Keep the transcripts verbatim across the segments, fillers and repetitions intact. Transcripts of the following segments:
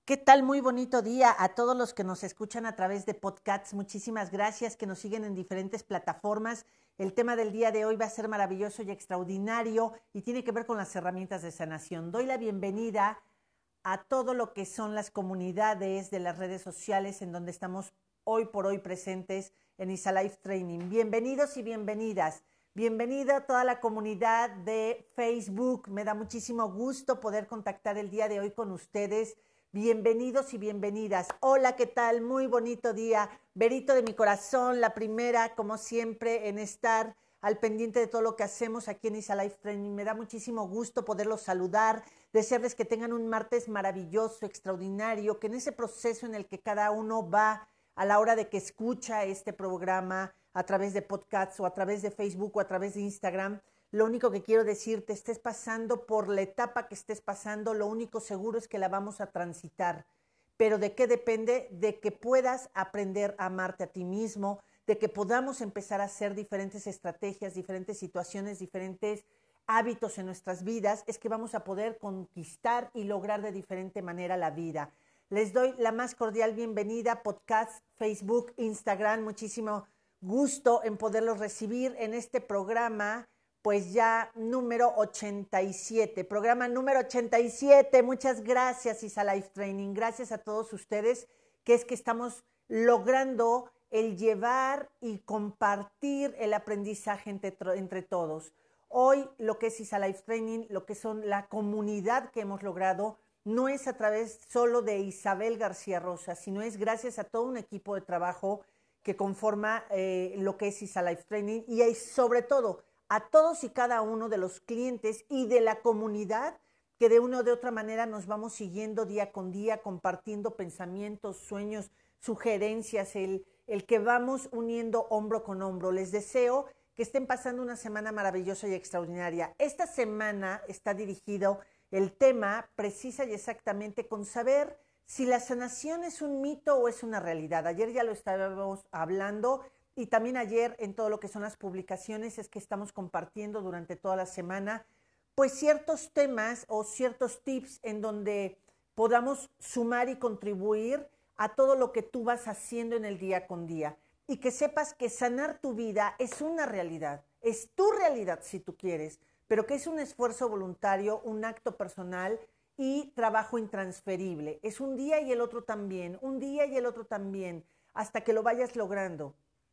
¿Qué tal? Muy bonito día a todos los que nos escuchan a través de podcasts. Muchísimas gracias, que nos siguen en diferentes plataformas. El tema del día de hoy va a ser maravilloso y extraordinario y tiene que ver con las herramientas de sanación. Doy la bienvenida a todo lo que son las comunidades de las redes sociales en donde estamos hoy por hoy presentes en Isa Life Training. Bienvenidos y bienvenidas. Bienvenida a toda la comunidad de Facebook. Me da muchísimo gusto poder contactar el día de hoy con ustedes. Bienvenidos y bienvenidas. Hola, ¿qué tal? Muy bonito día. Berito de mi corazón, la primera, como siempre, en estar al pendiente de todo lo que hacemos aquí en Isa Life Training. Me da muchísimo gusto poderlos saludar, desearles que tengan un martes maravilloso, extraordinario, que en ese proceso en el que cada uno va a la hora de que escucha este programa a través de podcasts o a través de Facebook o a través de Instagram, lo único que quiero decirte, estés pasando por la etapa que estés pasando, lo único seguro es que la vamos a transitar. ¿Pero de qué depende? De que puedas aprender a amarte a ti mismo, de que podamos empezar a hacer diferentes estrategias, diferentes situaciones, diferentes hábitos en nuestras vidas, es que vamos a poder conquistar y lograr de diferente manera la vida. Les doy la más cordial bienvenida, podcast, Facebook, Instagram, muchísimo gusto en poderlos recibir en este programa, pues ya número ochenta y siete, programa número ochenta y siete. Muchas gracias, Isa Life Training. Gracias a todos ustedes, que es que estamos logrando el llevar y compartir el aprendizaje entre, entre todos. Hoy lo que es Isa Life Training, lo que son la comunidad que hemos logrado, no es a través solo de Isabel García Rosa, sino es gracias a todo un equipo de trabajo que conforma eh, lo que es Isa Life Training y hay, sobre todo, a todos y cada uno de los clientes y de la comunidad que de una o de otra manera nos vamos siguiendo día con día, compartiendo pensamientos, sueños, sugerencias, el, el que vamos uniendo hombro con hombro. Les deseo que estén pasando una semana maravillosa y extraordinaria. Esta semana está dirigido el tema precisa y exactamente con saber si la sanación es un mito o es una realidad. Ayer ya lo estábamos hablando. Y también ayer en todo lo que son las publicaciones es que estamos compartiendo durante toda la semana pues ciertos temas o ciertos tips en donde podamos sumar y contribuir a todo lo que tú vas haciendo en el día con día. Y que sepas que sanar tu vida es una realidad, es tu realidad si tú quieres, pero que es un esfuerzo voluntario, un acto personal y trabajo intransferible. Es un día y el otro también, un día y el otro también, hasta que lo vayas logrando.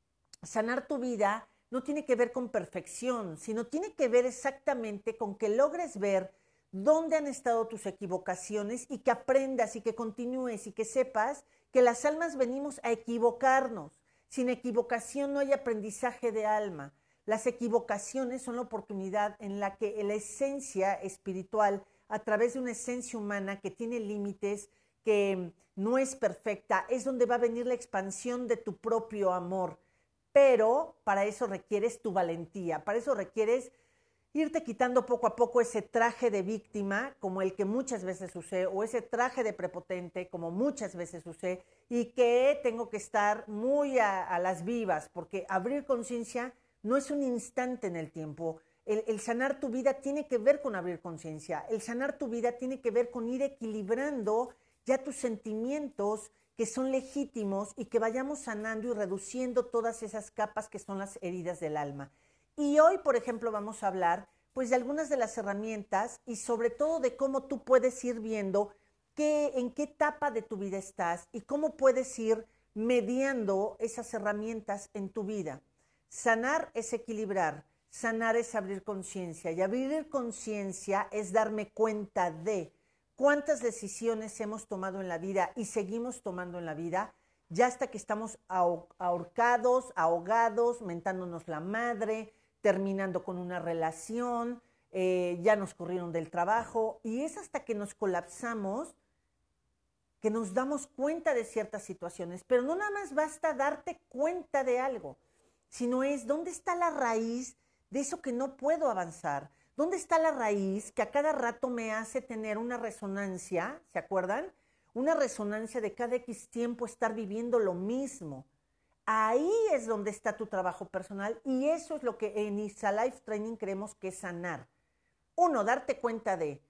Sanar tu vida no tiene que ver con perfección, sino tiene que ver exactamente con que logres ver dónde han estado tus equivocaciones y que aprendas y que continúes y que sepas que las almas venimos a equivocarnos. Sin equivocación no hay aprendizaje de alma. Las equivocaciones son la oportunidad en la que la esencia espiritual, a través de una esencia humana que tiene límites, que no es perfecta, es donde va a venir la expansión de tu propio amor. Pero para eso requieres tu valentía, para eso requieres irte quitando poco a poco ese traje de víctima, como el que muchas veces usé, o ese traje de prepotente, como muchas veces usé, y que tengo que estar muy a, a las vivas, porque abrir conciencia no es un instante en el tiempo. El, el sanar tu vida tiene que ver con abrir conciencia, el sanar tu vida tiene que ver con ir equilibrando ya tus sentimientos, que son legítimos y que vayamos sanando y reduciendo todas esas capas que son las heridas del alma. Y hoy, por ejemplo, vamos a hablar pues de algunas de las herramientas y sobre todo de cómo tú puedes ir viendo qué, en qué etapa de tu vida estás y cómo puedes ir mediando esas herramientas en tu vida. Sanar es equilibrar, sanar es abrir conciencia y abrir conciencia es darme cuenta de cuántas decisiones hemos tomado en la vida y seguimos tomando en la vida, ya hasta que estamos ahorcados, ahogados, mentándonos la madre, terminando con una relación, eh, ya nos corrieron del trabajo, y es hasta que nos colapsamos que nos damos cuenta de ciertas situaciones. Pero no nada más basta darte cuenta de algo, sino es dónde está la raíz de eso que no puedo avanzar. ¿Dónde está la raíz que a cada rato me hace tener una resonancia? ¿Se acuerdan? Una resonancia de cada X tiempo estar viviendo lo mismo. Ahí es donde está tu trabajo personal y eso es lo que en Isa Life Training creemos que es sanar. Uno, darte cuenta de,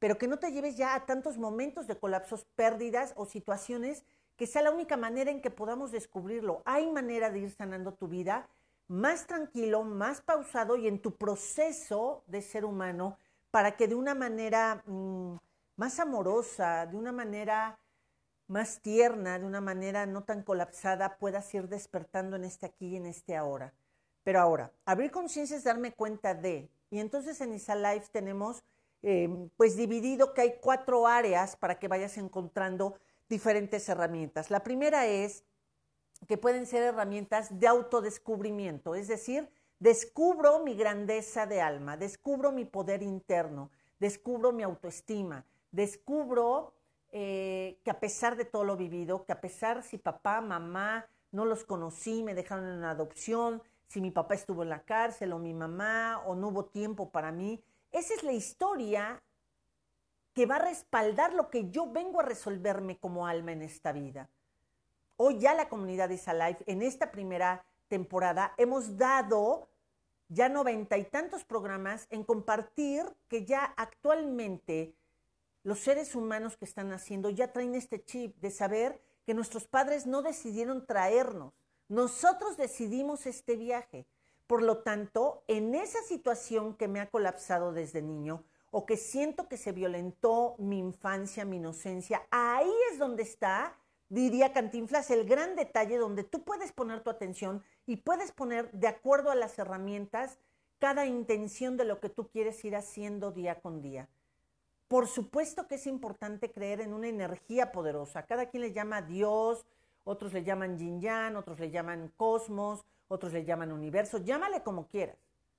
pero que no te lleves ya a tantos momentos de colapsos, pérdidas o situaciones que sea la única manera en que podamos descubrirlo. Hay manera de ir sanando tu vida más tranquilo, más pausado y en tu proceso de ser humano para que de una manera mmm, más amorosa, de una manera más tierna, de una manera no tan colapsada, puedas ir despertando en este aquí y en este ahora. Pero ahora, abrir conciencia es darme cuenta de, y entonces en Isa Life tenemos eh, pues dividido que hay cuatro áreas para que vayas encontrando diferentes herramientas. La primera es que pueden ser herramientas de autodescubrimiento, es decir, descubro mi grandeza de alma, descubro mi poder interno, descubro mi autoestima, descubro eh, que a pesar de todo lo vivido, que a pesar si papá, mamá, no los conocí, me dejaron en adopción, si mi papá estuvo en la cárcel o mi mamá o no hubo tiempo para mí, esa es la historia que va a respaldar lo que yo vengo a resolverme como alma en esta vida. Hoy ya la comunidad de Isa Life, en esta primera temporada, hemos dado ya noventa y tantos programas en compartir que ya actualmente los seres humanos que están naciendo ya traen este chip de saber que nuestros padres no decidieron traernos, nosotros decidimos este viaje. Por lo tanto, en esa situación que me ha colapsado desde niño o que siento que se violentó mi infancia, mi inocencia, ahí es donde está, diría Cantinflas, el gran detalle donde tú puedes poner tu atención y puedes poner de acuerdo a las herramientas cada intención de lo que tú quieres ir haciendo día con día. Por supuesto que es importante creer en una energía poderosa. Cada quien le llama Dios, otros le llaman Yin Yang, otros le llaman Cosmos, otros le llaman Universo, llámale como quieras.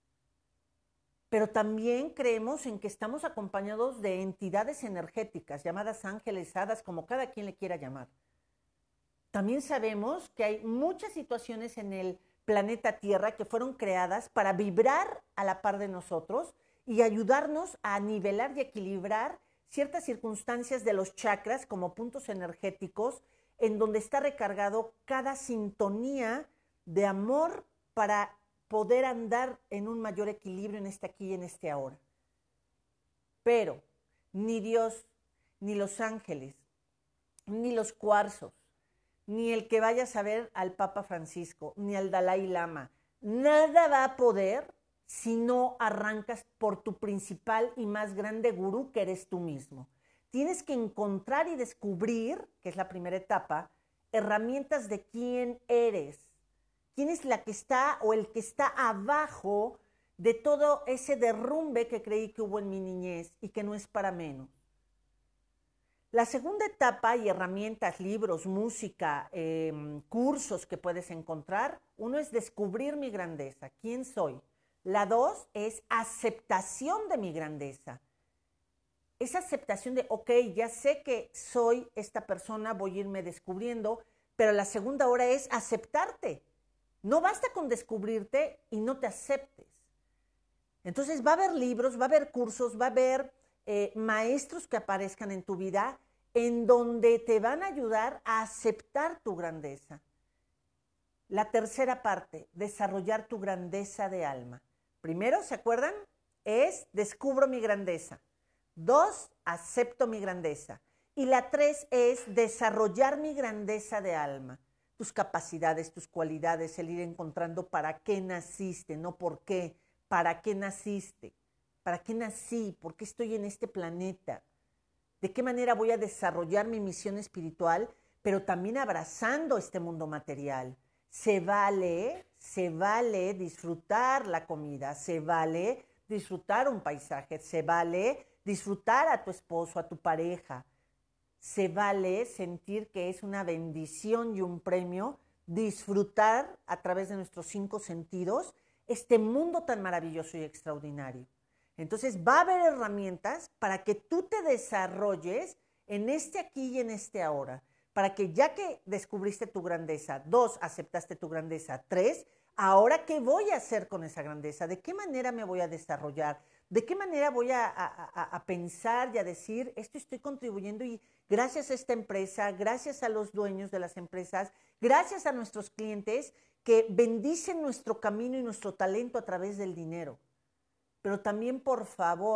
Pero también creemos en que estamos acompañados de entidades energéticas, llamadas ángeles, hadas, como cada quien le quiera llamar. También sabemos que hay muchas situaciones en el planeta Tierra que fueron creadas para vibrar a la par de nosotros y ayudarnos a nivelar y equilibrar ciertas circunstancias de los chakras como puntos energéticos en donde está recargado cada sintonía de amor para poder andar en un mayor equilibrio en este aquí y en este ahora. Pero ni Dios, ni los ángeles, ni los cuarzos, ni el que vayas a ver al Papa Francisco, ni al Dalai Lama, nada va a poder si no arrancas por tu principal y más grande gurú, que eres tú mismo. Tienes que encontrar y descubrir, que es la primera etapa, herramientas de quién eres. ¿Quién es la que está o el que está abajo de todo ese derrumbe que creí que hubo en mi niñez y que no es para menos? La segunda etapa y herramientas, libros, música, eh, cursos que puedes encontrar, uno es descubrir mi grandeza, quién soy. La dos es aceptación de mi grandeza. Esa aceptación de, ok, ya sé que soy esta persona, voy a irme descubriendo, pero la segunda hora es aceptarte. No basta con descubrirte y no te aceptes. Entonces va a haber libros, va a haber cursos, va a haber eh, maestros que aparezcan en tu vida en donde te van a ayudar a aceptar tu grandeza. La tercera parte, desarrollar tu grandeza de alma. Primero, ¿se acuerdan? Es descubro mi grandeza. Dos, acepto mi grandeza. Y la tres es desarrollar mi grandeza de alma. Tus capacidades, tus cualidades, el ir encontrando para qué naciste, no por qué, para qué naciste, para qué nací, por qué estoy en este planeta, de qué manera voy a desarrollar mi misión espiritual, pero también abrazando este mundo material. Se vale, se vale disfrutar la comida, se vale disfrutar un paisaje, se vale disfrutar a tu esposo, a tu pareja. Se vale sentir que es una bendición y un premio disfrutar a través de nuestros cinco sentidos este mundo tan maravilloso y extraordinario. Entonces va a haber herramientas para que tú te desarrolles en este aquí y en este ahora, para que ya que descubriste tu grandeza, dos, aceptaste tu grandeza, tres, ahora ¿qué voy a hacer con esa grandeza? ¿De qué manera me voy a desarrollar? ¿De qué manera voy a, a, a pensar y a decir, esto estoy contribuyendo y gracias a esta empresa, gracias a los dueños de las empresas, gracias a nuestros clientes que bendicen nuestro camino y nuestro talento a través del dinero? Pero también, por favor,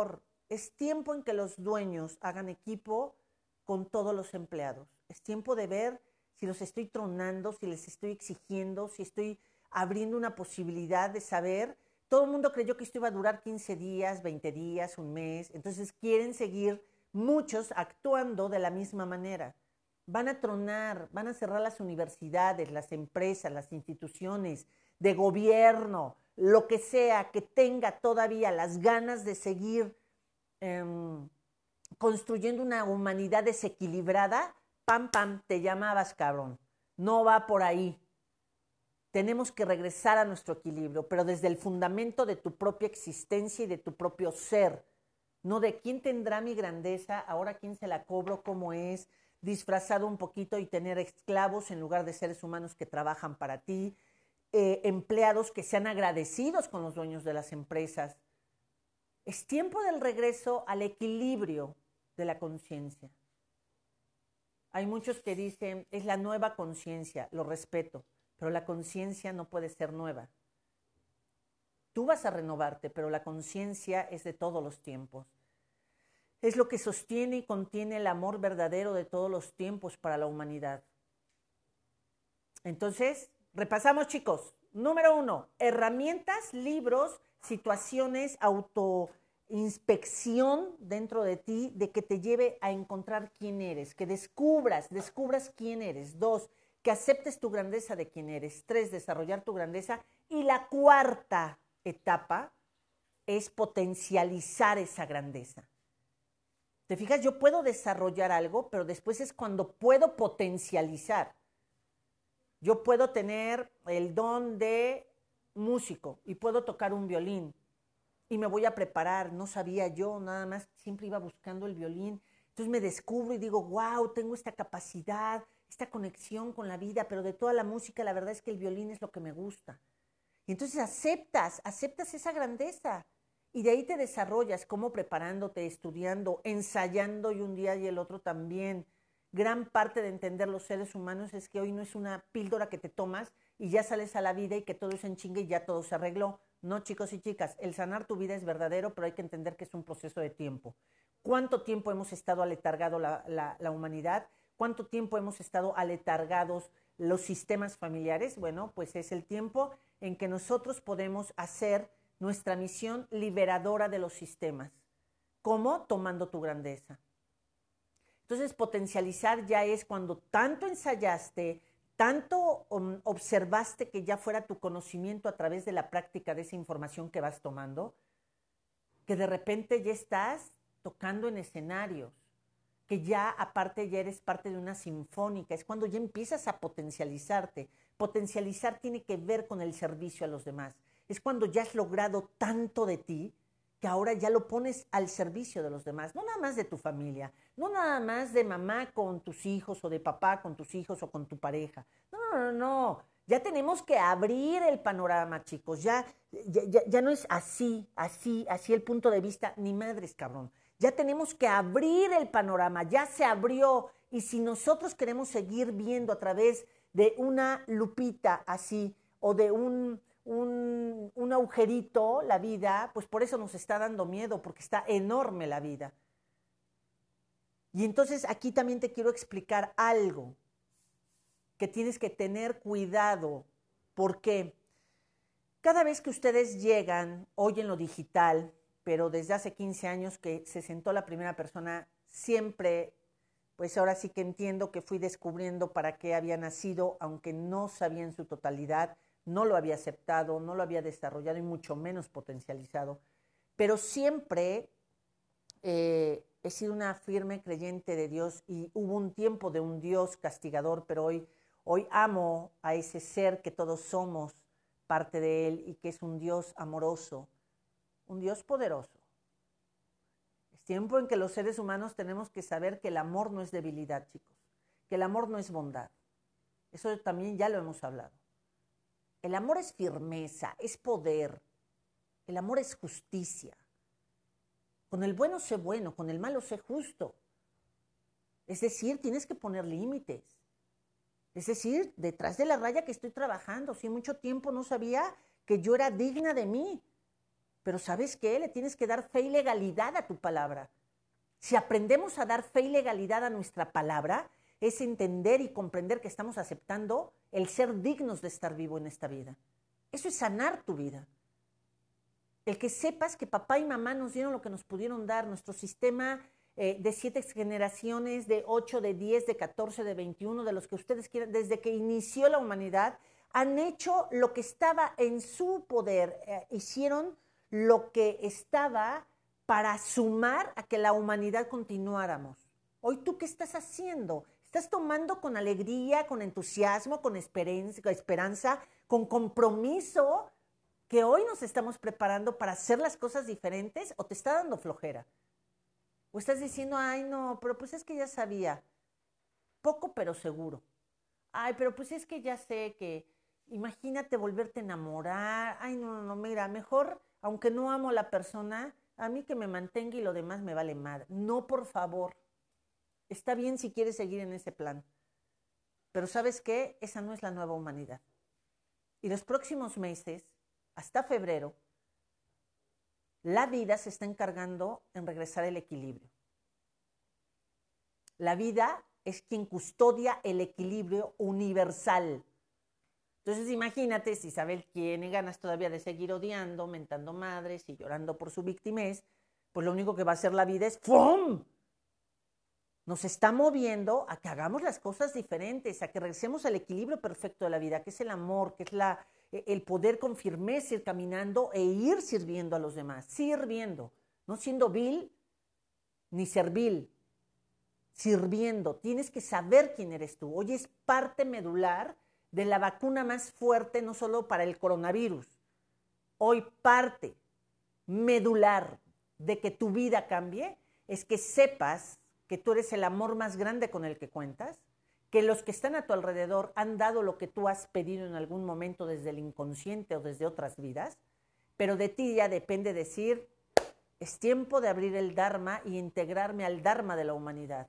Es tiempo en que los dueños hagan equipo con todos los empleados. Es tiempo de ver si los estoy tronando, si les estoy exigiendo, si estoy abriendo una posibilidad de saber. Todo el mundo creyó que esto iba a durar quince días, veinte días, un mes. Entonces quieren seguir muchos actuando de la misma manera. Van a tronar, van a cerrar las universidades, las empresas, las instituciones de gobierno, lo que sea que tenga todavía las ganas de seguir eh, construyendo una humanidad desequilibrada. Pam, pam, te llamabas, cabrón. No va por ahí. Tenemos que regresar a nuestro equilibrio, pero desde el fundamento de tu propia existencia y de tu propio ser. No de quién tendrá mi grandeza, ahora quién se la cobro, cómo es, disfrazado un poquito y tener esclavos en lugar de seres humanos que trabajan para ti, eh, empleados que sean agradecidos con los dueños de las empresas. Es tiempo del regreso al equilibrio de la conciencia. Hay muchos que dicen, es la nueva conciencia, lo respeto, pero la conciencia no puede ser nueva. Tú vas a renovarte, pero la conciencia es de todos los tiempos. Es lo que sostiene y contiene el amor verdadero de todos los tiempos para la humanidad. Entonces, repasamos, chicos. Número uno, herramientas, libros, situaciones, autoinspección dentro de ti, de que te lleve a encontrar quién eres, que descubras, descubras quién eres. Dos, que aceptes tu grandeza de quién eres. Tres, desarrollar tu grandeza. Y la cuarta etapa es potencializar esa grandeza. ¿Te fijas? Yo puedo desarrollar algo, pero después es cuando puedo potencializar. Yo puedo tener el don de músico y puedo tocar un violín y me voy a preparar. No sabía yo, nada más siempre iba buscando el violín. Entonces me descubro y digo, wow, tengo esta capacidad, esta conexión con la vida, pero de toda la música la verdad es que el violín es lo que me gusta. Y entonces aceptas, aceptas esa grandeza. Y de ahí te desarrollas, como preparándote, estudiando, ensayando y un día y el otro también. Gran parte de entender los seres humanos es que hoy no es una píldora que te tomas y ya sales a la vida y que todo es en chinga y ya todo se arregló. No, chicos y chicas, el sanar tu vida es verdadero, pero hay que entender que es un proceso de tiempo. ¿Cuánto tiempo hemos estado aletargado la, la, la humanidad? ¿Cuánto tiempo hemos estado aletargados los sistemas familiares? Bueno, pues es el tiempo en que nosotros podemos hacer nuestra misión liberadora de los sistemas. ¿Cómo? Tomando tu grandeza. Entonces, potencializar ya es cuando tanto ensayaste, tanto um, observaste que ya fuera tu conocimiento a través de la práctica de esa información que vas tomando, que de repente ya estás tocando en escenarios, que ya aparte ya eres parte de una sinfónica, es cuando ya empiezas a potencializarte. Potencializar tiene que ver con el servicio a los demás. Es cuando ya has logrado tanto de ti que ahora ya lo pones al servicio de los demás, no nada más de tu familia, no nada más de mamá con tus hijos o de papá con tus hijos o con tu pareja. No, no, no, no. Ya tenemos que abrir el panorama, chicos. Ya, ya, ya, ya no es así, así, así el punto de vista, ni madres, cabrón. Ya tenemos que abrir el panorama, ya se abrió. Y si nosotros queremos seguir viendo a través de una lupita así o de un... Un, un agujerito, la vida, pues por eso nos está dando miedo, porque está enorme la vida. Y entonces aquí también te quiero explicar algo, que tienes que tener cuidado, porque cada vez que ustedes llegan, hoy en lo digital, pero desde hace quince años que se sentó la primera persona, siempre, pues ahora sí que entiendo que fui descubriendo para qué había nacido, aunque no sabía en su totalidad, no lo había aceptado, no lo había desarrollado y mucho menos potencializado, pero siempre eh, he sido una firme creyente de Dios y hubo un tiempo de un Dios castigador, pero hoy, hoy amo a ese ser que todos somos parte de él y que es un Dios amoroso, un Dios poderoso. Es tiempo en que los seres humanos tenemos que saber que el amor no es debilidad, chicos, que el amor no es bondad. Eso también ya lo hemos hablado. El amor es firmeza, es poder. El amor es justicia. Con el bueno sé bueno, con el malo sé justo. Es decir, tienes que poner límites. Es decir, detrás de la raya que estoy trabajando. Si mucho tiempo no sabía que yo era digna de mí. Pero ¿sabes qué? Le tienes que dar fe y legalidad a tu palabra. Si aprendemos a dar fe y legalidad a nuestra palabra, es entender y comprender que estamos aceptando el ser dignos de estar vivo en esta vida. Eso es sanar tu vida. El que sepas que papá y mamá nos dieron lo que nos pudieron dar, nuestro sistema eh, de siete generaciones, de ocho, de diez, de catorce, de veintiuno, de los que ustedes quieran, desde que inició la humanidad, han hecho lo que estaba en su poder, eh, hicieron lo que estaba para sumar a que la humanidad continuáramos. Hoy, ¿tú qué estás haciendo? ¿Estás tomando con alegría, con entusiasmo, con esperanza, con compromiso, que hoy nos estamos preparando para hacer las cosas diferentes, o te está dando flojera? O estás diciendo, ay no, pero pues es que ya sabía, poco pero seguro. Ay, pero pues es que ya sé que, imagínate volverte a enamorar, ay no, no, no, mira, mejor, aunque no amo a la persona, a mí que me mantenga y lo demás me vale madre. No, por favor, está bien si quieres seguir en ese plan, pero ¿sabes qué? Esa no es la nueva humanidad. Y los próximos meses, hasta febrero, la vida se está encargando en regresar el equilibrio. La vida es quien custodia el equilibrio universal. Entonces imagínate, si Isabel tiene ganas todavía de seguir odiando, mentando madres y llorando por su victimez, pues lo único que va a hacer la vida es ¡fum! Nos está moviendo a que hagamos las cosas diferentes, a que regresemos al equilibrio perfecto de la vida, que es el amor, que es la, el poder con firmeza ir caminando e ir sirviendo a los demás, sirviendo, no siendo vil ni servil, sirviendo. Tienes que saber quién eres tú. Hoy es parte medular de la vacuna más fuerte, no solo para el coronavirus. Hoy parte medular de que tu vida cambie es que sepas que tú eres el amor más grande con el que cuentas, que los que están a tu alrededor han dado lo que tú has pedido en algún momento desde el inconsciente o desde otras vidas, pero de ti ya depende decir, es tiempo de abrir el Dharma y integrarme al Dharma de la humanidad.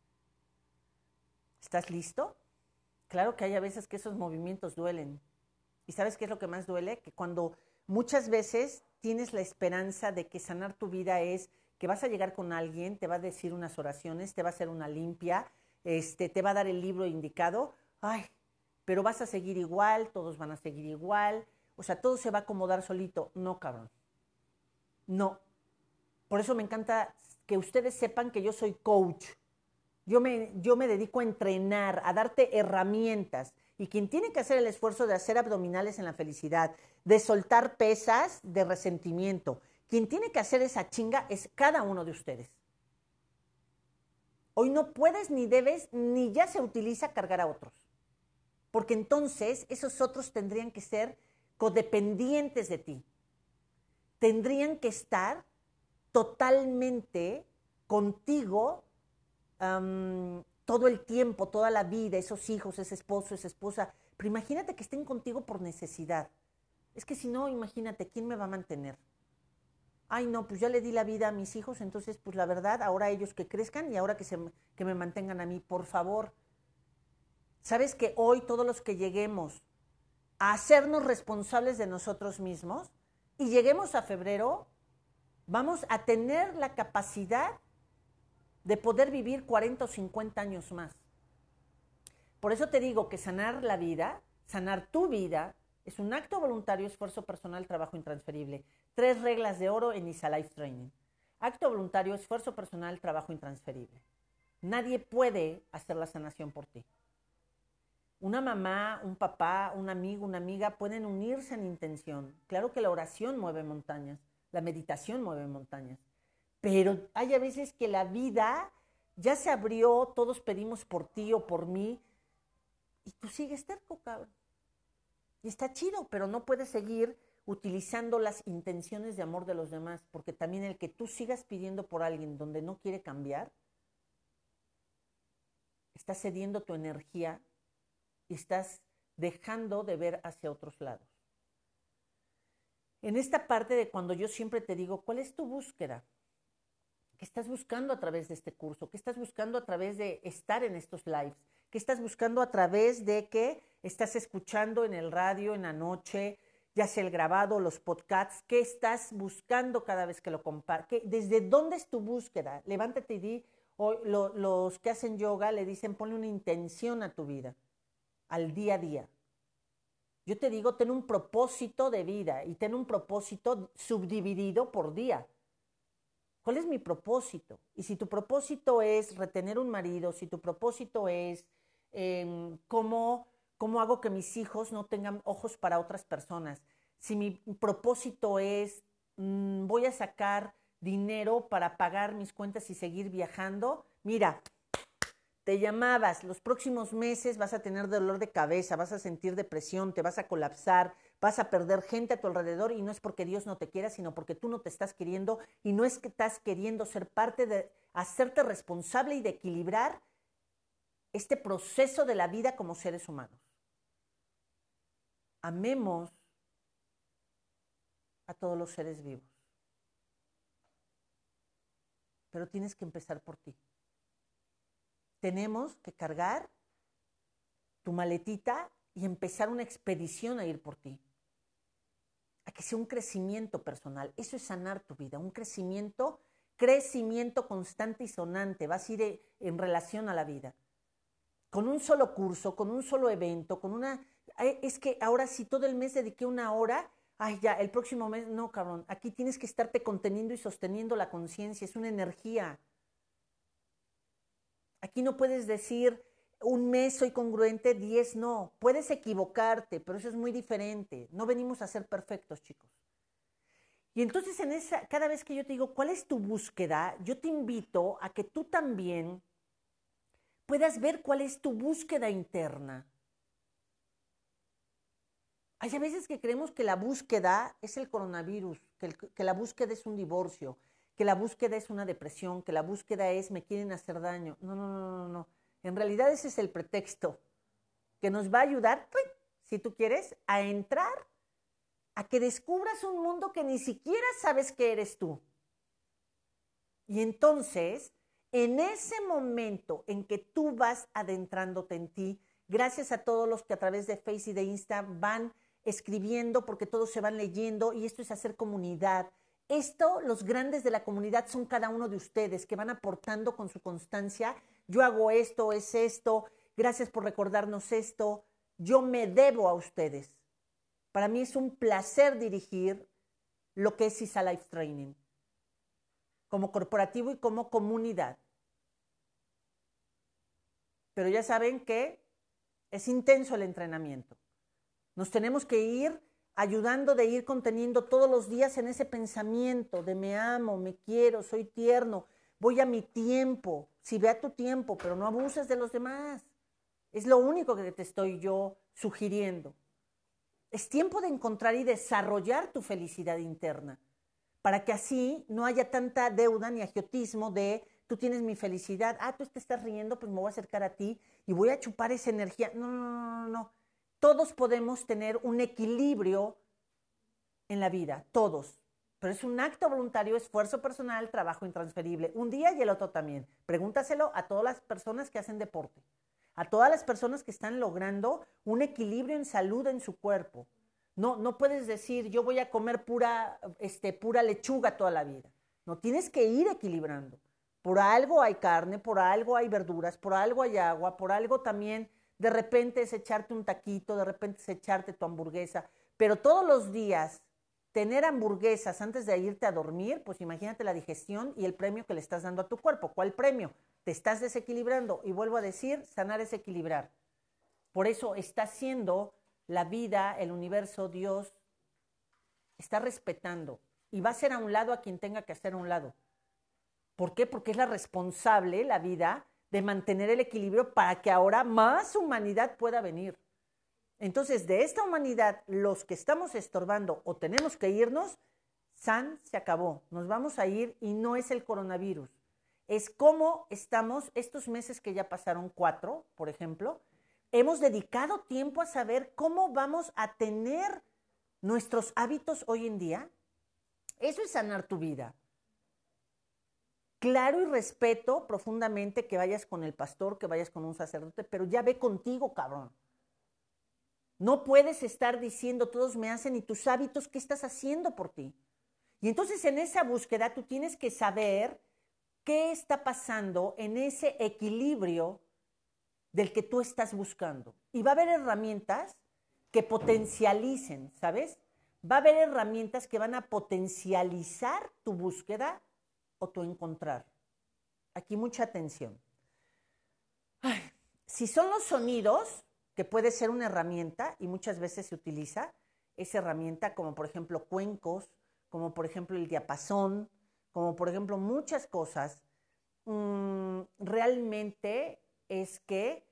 ¿Estás listo? Claro que hay a veces que esos movimientos duelen. ¿Y sabes qué es lo que más duele? Que cuando muchas veces tienes la esperanza de que sanar tu vida es que vas a llegar con alguien, te va a decir unas oraciones, te va a hacer una limpia, este, te va a dar el libro indicado, ay, pero vas a seguir igual, todos van a seguir igual, o sea, todo se va a acomodar solito. No, cabrón. No. Por eso me encanta que ustedes sepan que yo soy coach. Yo me, yo me dedico a entrenar, a darte herramientas. Y quien tiene que hacer el esfuerzo de hacer abdominales en la felicidad, de soltar pesas de resentimiento, quien tiene que hacer esa chinga es cada uno de ustedes. Hoy no puedes, ni debes, ni ya se utiliza cargar a otros. Porque entonces esos otros tendrían que ser codependientes de ti. Tendrían que estar totalmente contigo um, todo el tiempo, toda la vida, esos hijos, ese esposo, esa esposa. Pero imagínate que estén contigo por necesidad. Es que si no, imagínate, ¿quién me va a mantener? Ay, no, pues ya le di la vida a mis hijos, entonces, pues la verdad, ahora ellos que crezcan y ahora que, se, que me mantengan a mí, por favor. ¿Sabes que hoy todos los que lleguemos a hacernos responsables de nosotros mismos y lleguemos a febrero, vamos a tener la capacidad de poder vivir cuarenta o cincuenta años más? Por eso te digo que sanar la vida, sanar tu vida, es un acto voluntario, esfuerzo personal, trabajo intransferible. Tres reglas de oro en Isa Life Training. Acto voluntario, esfuerzo personal, trabajo intransferible. Nadie puede hacer la sanación por ti. Una mamá, un papá, un amigo, una amiga pueden unirse en intención. Claro que la oración mueve montañas, la meditación mueve montañas. Pero hay a veces que la vida ya se abrió, todos pedimos por ti o por mí, y tú sigues terco, cabrón. Y está chido, pero no puedes seguir utilizando las intenciones de amor de los demás, porque también el que tú sigas pidiendo por alguien donde no quiere cambiar, estás cediendo tu energía y estás dejando de ver hacia otros lados. En esta parte de cuando yo siempre te digo, ¿cuál es tu búsqueda? ¿Qué estás buscando a través de este curso? ¿Qué estás buscando a través de estar en estos lives? ¿Qué estás buscando a través de que estás escuchando en el radio en la noche? ya sea el grabado, los podcasts, ¿qué estás buscando cada vez que lo compartes? ¿Desde dónde es tu búsqueda? Levántate y di, o lo, los que hacen yoga le dicen, ponle una intención a tu vida, al día a día. Yo te digo, ten un propósito de vida y ten un propósito subdividido por día. ¿Cuál es mi propósito? Y si tu propósito es retener un marido, si tu propósito es eh, cómo, cómo hago que mis hijos no tengan ojos para otras personas, si mi propósito es mmm, voy a sacar dinero para pagar mis cuentas y seguir viajando, mira, te llamabas, los próximos meses vas a tener dolor de cabeza, vas a sentir depresión, te vas a colapsar, vas a perder gente a tu alrededor y no es porque Dios no te quiera, sino porque tú no te estás queriendo y no es que estás queriendo ser parte de hacerte responsable y de equilibrar este proceso de la vida como seres humanos. Amemos a todos los seres vivos, pero tienes que empezar por ti. Tenemos que cargar tu maletita y empezar una expedición a ir por ti. A que sea un crecimiento personal. Eso es sanar tu vida, un crecimiento, crecimiento constante y sonante. Vas a ir en relación a la vida. Con un solo curso, con un solo evento, con una... Es que ahora sí todo el mes dediqué una hora, ay ya, el próximo mes, no cabrón, aquí tienes que estarte conteniendo y sosteniendo la conciencia, es una energía. Aquí no puedes decir, un mes soy congruente, diez no. Puedes equivocarte, pero eso es muy diferente. No venimos a ser perfectos, chicos. Y entonces, en esa, cada vez que yo te digo, ¿cuál es tu búsqueda? Yo te invito a que tú también puedas ver cuál es tu búsqueda interna. Hay a veces que creemos que la búsqueda es el coronavirus, que, el, que la búsqueda es un divorcio, que la búsqueda es una depresión, que la búsqueda es me quieren hacer daño. No, no, no, no, no. En realidad ese es el pretexto que nos va a ayudar, si tú quieres, a entrar, a que descubras un mundo que ni siquiera sabes que eres tú. Y entonces, en ese momento en que tú vas adentrándote en ti, gracias a todos los que a través de Face y de Insta van escribiendo, porque todos se van leyendo, y esto es hacer comunidad. Esto, los grandes de la comunidad son cada uno de ustedes que van aportando con su constancia. Yo hago esto, es esto, gracias por recordarnos esto. Yo me debo a ustedes. Para mí es un placer dirigir lo que es ISA Life Training, como corporativo y como comunidad. Pero ya saben que es intenso el entrenamiento. Nos tenemos que ir ayudando de ir conteniendo todos los días en ese pensamiento de me amo, me quiero, soy tierno, voy a mi tiempo, si ve a tu tiempo, pero no abuses de los demás. Es lo único que te estoy yo sugiriendo. Es tiempo de encontrar y desarrollar tu felicidad interna, para que así no haya tanta deuda ni agiotismo de tú tienes mi felicidad, ah, tú te estás riendo, pues me voy a acercar a ti y voy a chupar esa energía. No, no, no, no, no. Todos podemos tener un equilibrio en la vida, todos. Pero es un acto voluntario, esfuerzo personal, trabajo intransferible. Un día y el otro también. Pregúntaselo a todas las personas que hacen deporte, a todas las personas que están logrando un equilibrio en salud en su cuerpo. No, no puedes decir, yo voy a comer pura, este, pura lechuga toda la vida. No, tienes que ir equilibrando. Por algo hay carne, por algo hay verduras, por algo hay agua, por algo también de repente es echarte un taquito, de repente es echarte tu hamburguesa. Pero todos los días tener hamburguesas antes de irte a dormir, pues imagínate la digestión y el premio que le estás dando a tu cuerpo. ¿Cuál premio? Te estás desequilibrando. Y vuelvo a decir, sanar es equilibrar. Por eso está siendo la vida, el universo, Dios, está respetando. Y va a hacer a un lado a quien tenga que hacer a un lado. ¿Por qué? Porque es la responsable, la vida, de mantener el equilibrio para que ahora más humanidad pueda venir. Entonces, de esta humanidad, los que estamos estorbando o tenemos que irnos, san, se acabó. Nos vamos a ir y no es el coronavirus. Es cómo estamos estos meses que ya pasaron, cuatro, por ejemplo, hemos dedicado tiempo a saber cómo vamos a tener nuestros hábitos hoy en día. Eso es sanar tu vida. Claro y respeto profundamente que vayas con el pastor, que vayas con un sacerdote, pero ya ve contigo, cabrón. No puedes estar diciendo todos me hacen y tus hábitos, ¿qué estás haciendo por ti? Y entonces en esa búsqueda tú tienes que saber qué está pasando en ese equilibrio del que tú estás buscando. Y va a haber herramientas que potencialicen, ¿sabes? Va a haber herramientas que van a potencializar tu búsqueda o tu encontrar. Aquí mucha atención. Ay, si son los sonidos, que puede ser una herramienta y muchas veces se utiliza esa herramienta como por ejemplo cuencos, como por ejemplo el diapasón, como por ejemplo muchas cosas, mmm, realmente es que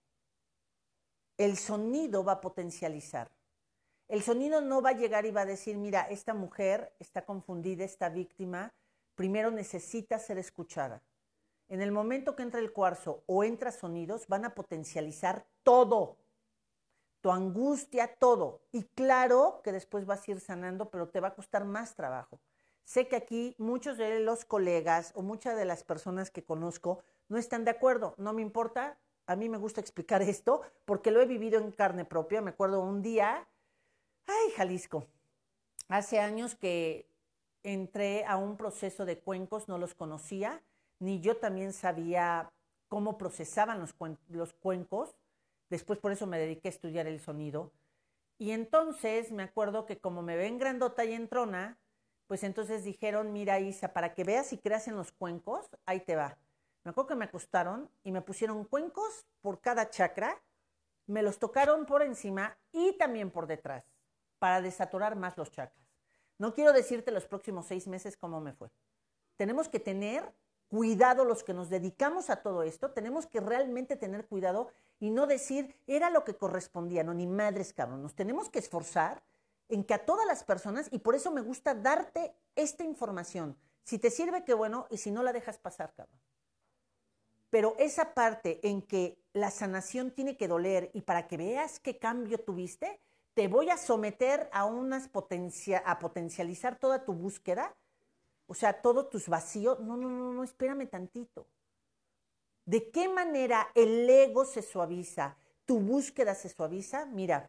el sonido va a potencializar. El sonido no va a llegar y va a decir, mira, esta mujer está confundida, esta víctima, primero necesita ser escuchada. En el momento que entra el cuarzo o entra sonidos, van a potencializar todo, tu angustia, todo. Y claro que después vas a ir sanando, pero te va a costar más trabajo. Sé que aquí muchos de los colegas o muchas de las personas que conozco no están de acuerdo, no me importa, a mí me gusta explicar esto porque lo he vivido en carne propia. Me acuerdo un día, ay, Jalisco, hace años que entré a un proceso de cuencos, no los conocía, ni yo también sabía cómo procesaban los, cuen los cuencos. Después por eso me dediqué a estudiar el sonido. Y entonces me acuerdo que como me ven grandota y entrona, pues entonces dijeron, mira Isa, para que veas y creas en los cuencos, ahí te va. Me acuerdo que me acostaron y me pusieron cuencos por cada chakra, me los tocaron por encima y también por detrás, para desatorar más los chakras. No quiero decirte los próximos seis meses cómo me fue. Tenemos que tener cuidado los que nos dedicamos a todo esto, tenemos que realmente tener cuidado y no decir, era lo que correspondía, no, ni madres, cabrón. Nos tenemos que esforzar en que a todas las personas, y por eso me gusta darte esta información. Si te sirve, qué bueno, y si no, la dejas pasar, cabrón. Pero esa parte en que la sanación tiene que doler y para que veas qué cambio tuviste, te voy a someter a unas potencia, a potencializar toda tu búsqueda, o sea, todos tus vacíos. No, no, no, no, espérame tantito. ¿De qué manera el ego se suaviza? ¿Tu búsqueda se suaviza? Mira,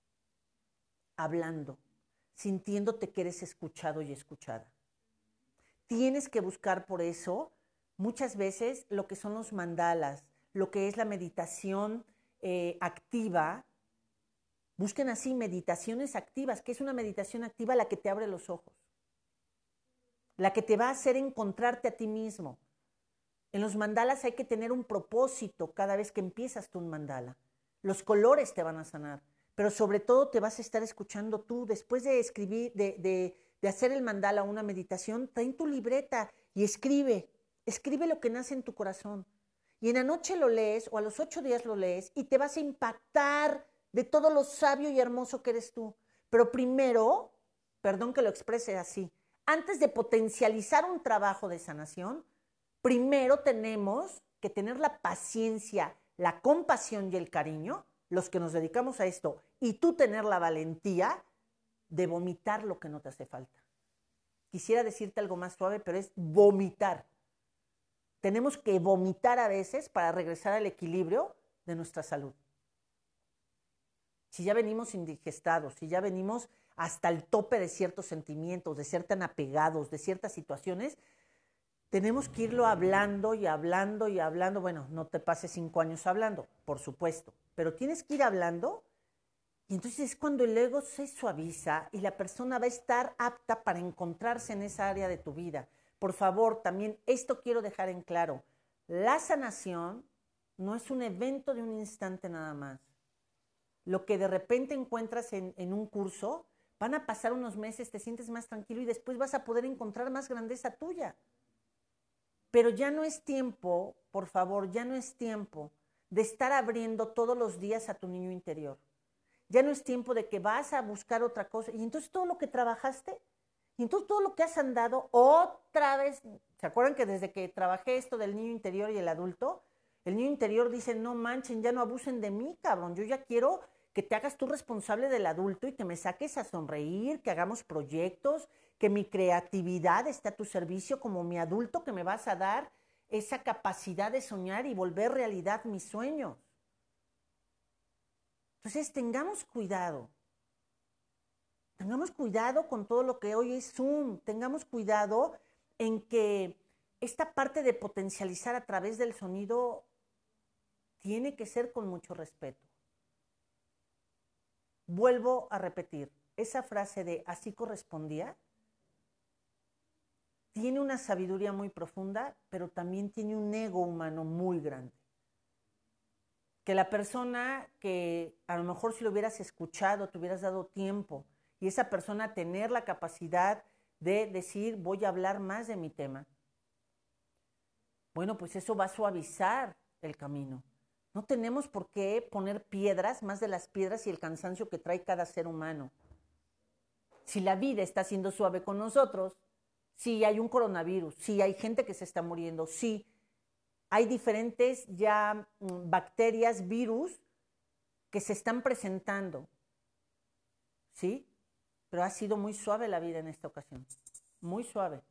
hablando, sintiéndote que eres escuchado y escuchada. Tienes que buscar por eso muchas veces lo que son los mandalas, lo que es la meditación eh, activa. Busquen así meditaciones activas. ¿Qué es una meditación activa? La que te abre los ojos, la que te va a hacer encontrarte a ti mismo. En los mandalas hay que tener un propósito cada vez que empiezas tú un mandala. Los colores te van a sanar, pero sobre todo te vas a estar escuchando tú. Después de escribir, de, de, de hacer el mandala, una meditación, trae tu libreta y escribe. Escribe lo que nace en tu corazón. Y en la noche lo lees o a los ocho días lo lees y te vas a impactar de todo lo sabio y hermoso que eres tú. Pero primero, perdón que lo exprese así, antes de potencializar un trabajo de sanación, primero tenemos que tener la paciencia, la compasión y el cariño, los que nos dedicamos a esto, y tú tener la valentía de vomitar lo que no te hace falta. Quisiera decirte algo más suave, pero es vomitar. Tenemos que vomitar a veces para regresar al equilibrio de nuestra salud. Si ya venimos indigestados, si ya venimos hasta el tope de ciertos sentimientos, de ser tan apegados, de ciertas situaciones, tenemos que irlo hablando y hablando y hablando. Bueno, no te pases cinco años hablando, por supuesto, pero tienes que ir hablando y entonces es cuando el ego se suaviza y la persona va a estar apta para encontrarse en esa área de tu vida. Por favor, también esto quiero dejar en claro. La sanación no es un evento de un instante nada más. Lo que de repente encuentras en, en un curso, van a pasar unos meses, te sientes más tranquilo y después vas a poder encontrar más grandeza tuya. Pero ya no es tiempo, por favor, ya no es tiempo de estar abriendo todos los días a tu niño interior. Ya no es tiempo de que vas a buscar otra cosa. Y entonces todo lo que trabajaste, y entonces todo lo que has andado, otra vez, ¿se acuerdan que desde que trabajé esto del niño interior y el adulto, el niño interior dice, no manchen, ya no abusen de mí, cabrón, yo ya quiero que te hagas tú responsable del adulto y que me saques a sonreír, que hagamos proyectos, que mi creatividad esté a tu servicio como mi adulto, que me vas a dar esa capacidad de soñar y volver realidad mis sueños. Entonces, tengamos cuidado. Tengamos cuidado con todo lo que hoy es Zoom. Tengamos cuidado en que esta parte de potencializar a través del sonido tiene que ser con mucho respeto. Vuelvo a repetir, esa frase de así correspondía tiene una sabiduría muy profunda, pero también tiene un ego humano muy grande. Que la persona que a lo mejor si lo hubieras escuchado, te hubieras dado tiempo, y esa persona tener la capacidad de decir, voy a hablar más de mi tema, bueno, pues eso va a suavizar el camino. No tenemos por qué poner piedras, más de las piedras y el cansancio que trae cada ser humano. Si la vida está siendo suave con nosotros, si hay un coronavirus, si hay gente que se está muriendo, si hay diferentes ya mm, bacterias, virus que se están presentando, ¿sí? Pero ha sido muy suave la vida en esta ocasión, muy suave.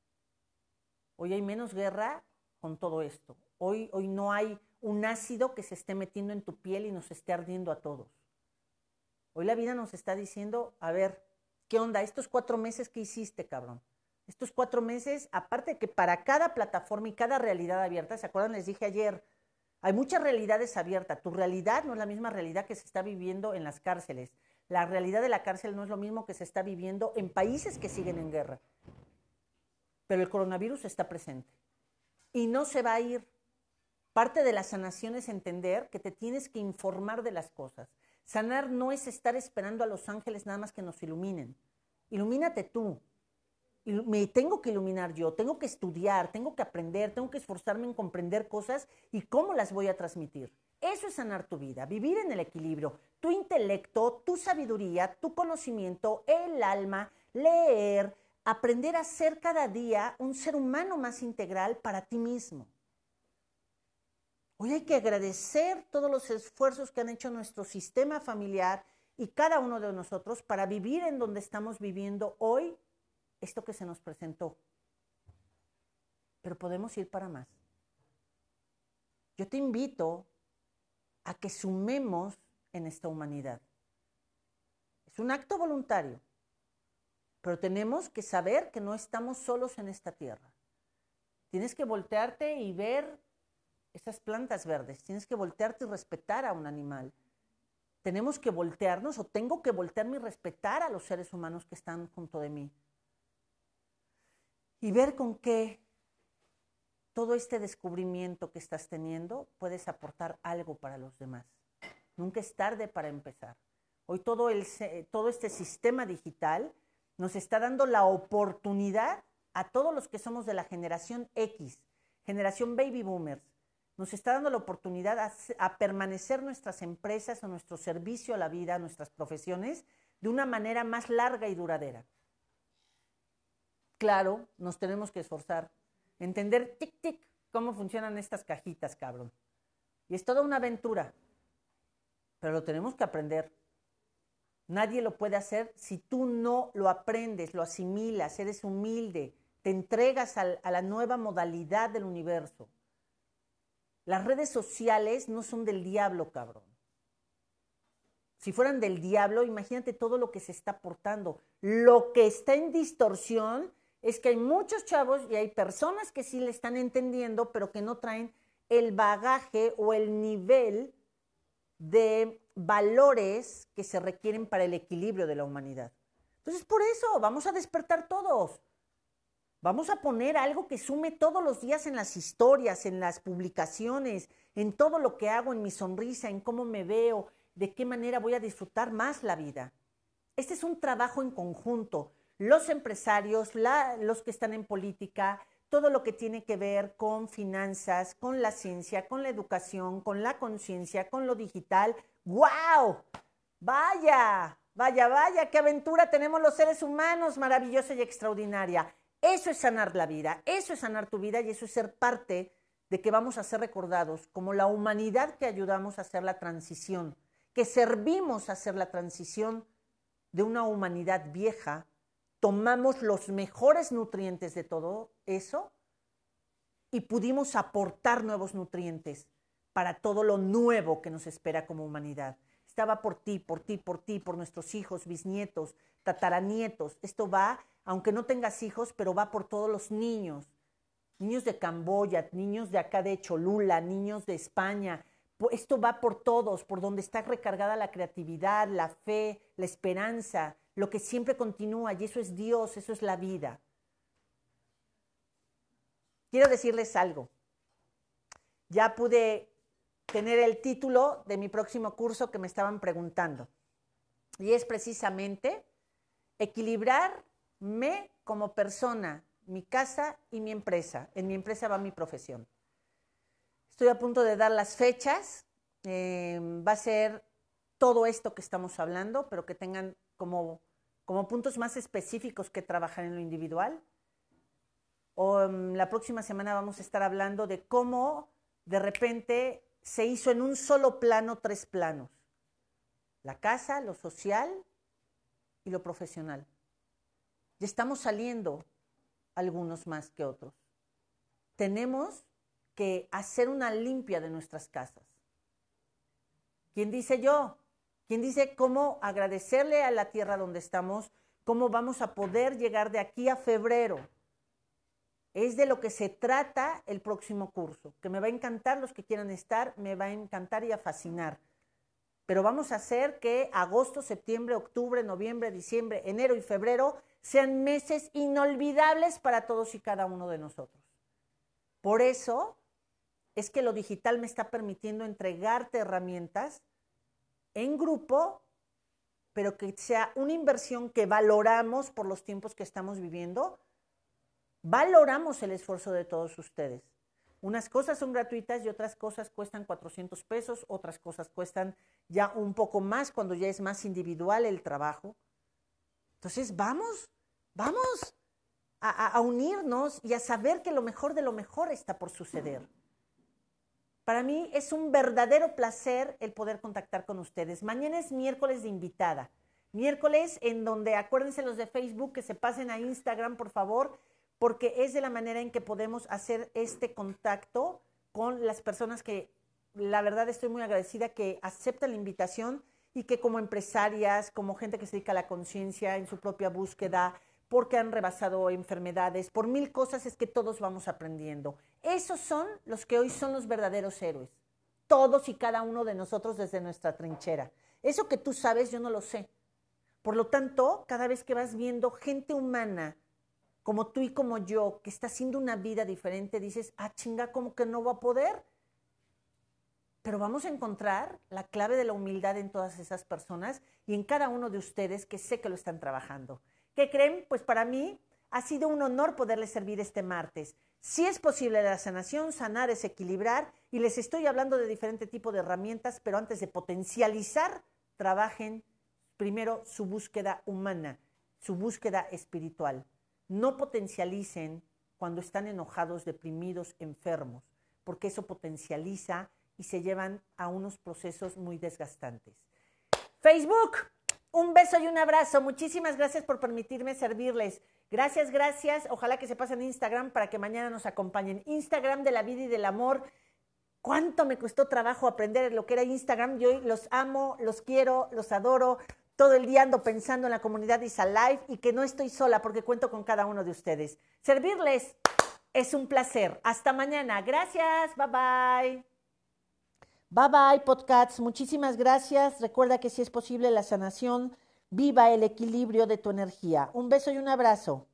Hoy hay menos guerra con todo esto. Hoy, hoy no hay un ácido que se esté metiendo en tu piel y nos esté ardiendo a todos. Hoy la vida nos está diciendo, a ver, ¿qué onda? Estos cuatro meses, ¿qué hiciste, cabrón? Estos cuatro meses, aparte de que para cada plataforma y cada realidad abierta, ¿se acuerdan? Les dije ayer, hay muchas realidades abiertas. Tu realidad no es la misma realidad que se está viviendo en las cárceles. La realidad de la cárcel no es lo mismo que se está viviendo en países que siguen en guerra. Pero el coronavirus está presente y no se va a ir. Parte de la sanación es entender que te tienes que informar de las cosas. Sanar no es estar esperando a los ángeles nada más que nos iluminen. Ilumínate tú. Me tengo que iluminar yo, tengo que estudiar, tengo que aprender, tengo que esforzarme en comprender cosas y cómo las voy a transmitir. Eso es sanar tu vida, vivir en el equilibrio, tu intelecto, tu sabiduría, tu conocimiento, el alma, leer, aprender a ser cada día un ser humano más integral para ti mismo. Hoy hay que agradecer todos los esfuerzos que han hecho nuestro sistema familiar y cada uno de nosotros para vivir en donde estamos viviendo hoy esto que se nos presentó. Pero podemos ir para más. Yo te invito a que sumemos en esta humanidad. Es un acto voluntario, pero tenemos que saber que no estamos solos en esta tierra. Tienes que voltearte y ver esas plantas verdes, tienes que voltearte y respetar a un animal. Tenemos que voltearnos, o tengo que voltearme y respetar a los seres humanos que están junto de mí. Y ver con qué todo este descubrimiento que estás teniendo puedes aportar algo para los demás. Nunca es tarde para empezar. Hoy todo, el, todo este sistema digital nos está dando la oportunidad a todos los que somos de la generación X, generación baby boomers, nos está dando la oportunidad a, a permanecer nuestras empresas o nuestro servicio a la vida, nuestras profesiones, de una manera más larga y duradera. Claro, nos tenemos que esforzar, entender tic, tic, cómo funcionan estas cajitas, cabrón. Y es toda una aventura, pero lo tenemos que aprender. Nadie lo puede hacer si tú no lo aprendes, lo asimilas, eres humilde, te entregas al, a la nueva modalidad del universo. Las redes sociales no son del diablo, cabrón. Si fueran del diablo, imagínate todo lo que se está aportando. Lo que está en distorsión es que hay muchos chavos y hay personas que sí le están entendiendo, pero que no traen el bagaje o el nivel de valores que se requieren para el equilibrio de la humanidad. Entonces, por eso, vamos a despertar todos. Vamos a poner algo que sume todos los días en las historias, en las publicaciones, en todo lo que hago, en mi sonrisa, en cómo me veo, de qué manera voy a disfrutar más la vida. Este es un trabajo en conjunto. Los empresarios, la, los que están en política, todo lo que tiene que ver con finanzas, con la ciencia, con la educación, con la conciencia, con lo digital. ¡Guau! ¡Vaya! Vaya, vaya, qué aventura tenemos los seres humanos, maravillosa y extraordinaria. Eso es sanar la vida, eso es sanar tu vida y eso es ser parte de que vamos a ser recordados como la humanidad que ayudamos a hacer la transición, que servimos a hacer la transición de una humanidad vieja, tomamos los mejores nutrientes de todo eso y pudimos aportar nuevos nutrientes para todo lo nuevo que nos espera como humanidad. Esta va por ti, por ti, por ti, por nuestros hijos, bisnietos, tataranietos. Esto va, aunque no tengas hijos, pero va por todos los niños. Niños de Camboya, niños de acá de Cholula, niños de España. Esto va por todos, por donde está recargada la creatividad, la fe, la esperanza, lo que siempre continúa, y eso es Dios, eso es la vida. Quiero decirles algo. Ya pude tener el título de mi próximo curso que me estaban preguntando. Y es precisamente equilibrarme como persona, mi casa y mi empresa. En mi empresa va mi profesión. Estoy a punto de dar las fechas. Eh, va a ser todo esto que estamos hablando, pero que tengan como, como puntos más específicos que trabajar en lo individual. O, um, la próxima semana vamos a estar hablando de cómo de repente se hizo en un solo plano tres planos. La casa, lo social y lo profesional. Y estamos saliendo algunos más que otros. Tenemos que hacer una limpia de nuestras casas. ¿Quién dice yo? ¿Quién dice cómo agradecerle a la tierra donde estamos? ¿Cómo vamos a poder llegar de aquí a febrero? Es de lo que se trata el próximo curso, que me va a encantar los que quieran estar, me va a encantar y a fascinar. Pero vamos a hacer que agosto, septiembre, octubre, noviembre, diciembre, enero y febrero sean meses inolvidables para todos y cada uno de nosotros. Por eso es que lo digital me está permitiendo entregarte herramientas en grupo, pero que sea una inversión que valoramos por los tiempos que estamos viviendo. Valoramos el esfuerzo de todos ustedes. Unas cosas son gratuitas y otras cosas cuestan cuatrocientos pesos, otras cosas cuestan ya un poco más cuando ya es más individual el trabajo. Entonces vamos, vamos a, a, a unirnos y a saber que lo mejor de lo mejor está por suceder. Para mí es un verdadero placer el poder contactar con ustedes. Mañana es miércoles de invitada. Miércoles en donde, acuérdense los de Facebook, que se pasen a Instagram, por favor, porque es de la manera en que podemos hacer este contacto con las personas que, la verdad, estoy muy agradecida que aceptan la invitación y que como empresarias, como gente que se dedica a la conciencia en su propia búsqueda, porque han rebasado enfermedades, por mil cosas es que todos vamos aprendiendo. Esos son los que hoy son los verdaderos héroes. Todos y cada uno de nosotros desde nuestra trinchera. Eso que tú sabes, yo no lo sé. Por lo tanto, cada vez que vas viendo gente humana, como tú y como yo, que está haciendo una vida diferente, dices, ah, chinga, ¿cómo que no va a poder? Pero vamos a encontrar la clave de la humildad en todas esas personas y en cada uno de ustedes que sé que lo están trabajando. ¿Qué creen? Pues para mí ha sido un honor poderles servir este martes. Sí es posible la sanación, sanar es equilibrar, y les estoy hablando de diferente tipo de herramientas, pero antes de potencializar, trabajen primero su búsqueda humana, su búsqueda espiritual. No potencialicen cuando están enojados, deprimidos, enfermos, porque eso potencializa y se llevan a unos procesos muy desgastantes. Facebook, un beso y un abrazo. Muchísimas gracias por permitirme servirles. Gracias, gracias. Ojalá que se pasen a Instagram para que mañana nos acompañen. Instagram de la vida y del amor. ¿Cuánto me costó trabajo aprender lo que era Instagram? Yo los amo, los quiero, los adoro. Todo el día ando pensando en la comunidad Isa Live y que no estoy sola porque cuento con cada uno de ustedes. Servirles es un placer. Hasta mañana. Gracias. Bye, bye. Bye, bye, podcasts. Muchísimas gracias. Recuerda que si es posible la sanación, viva el equilibrio de tu energía. Un beso y un abrazo.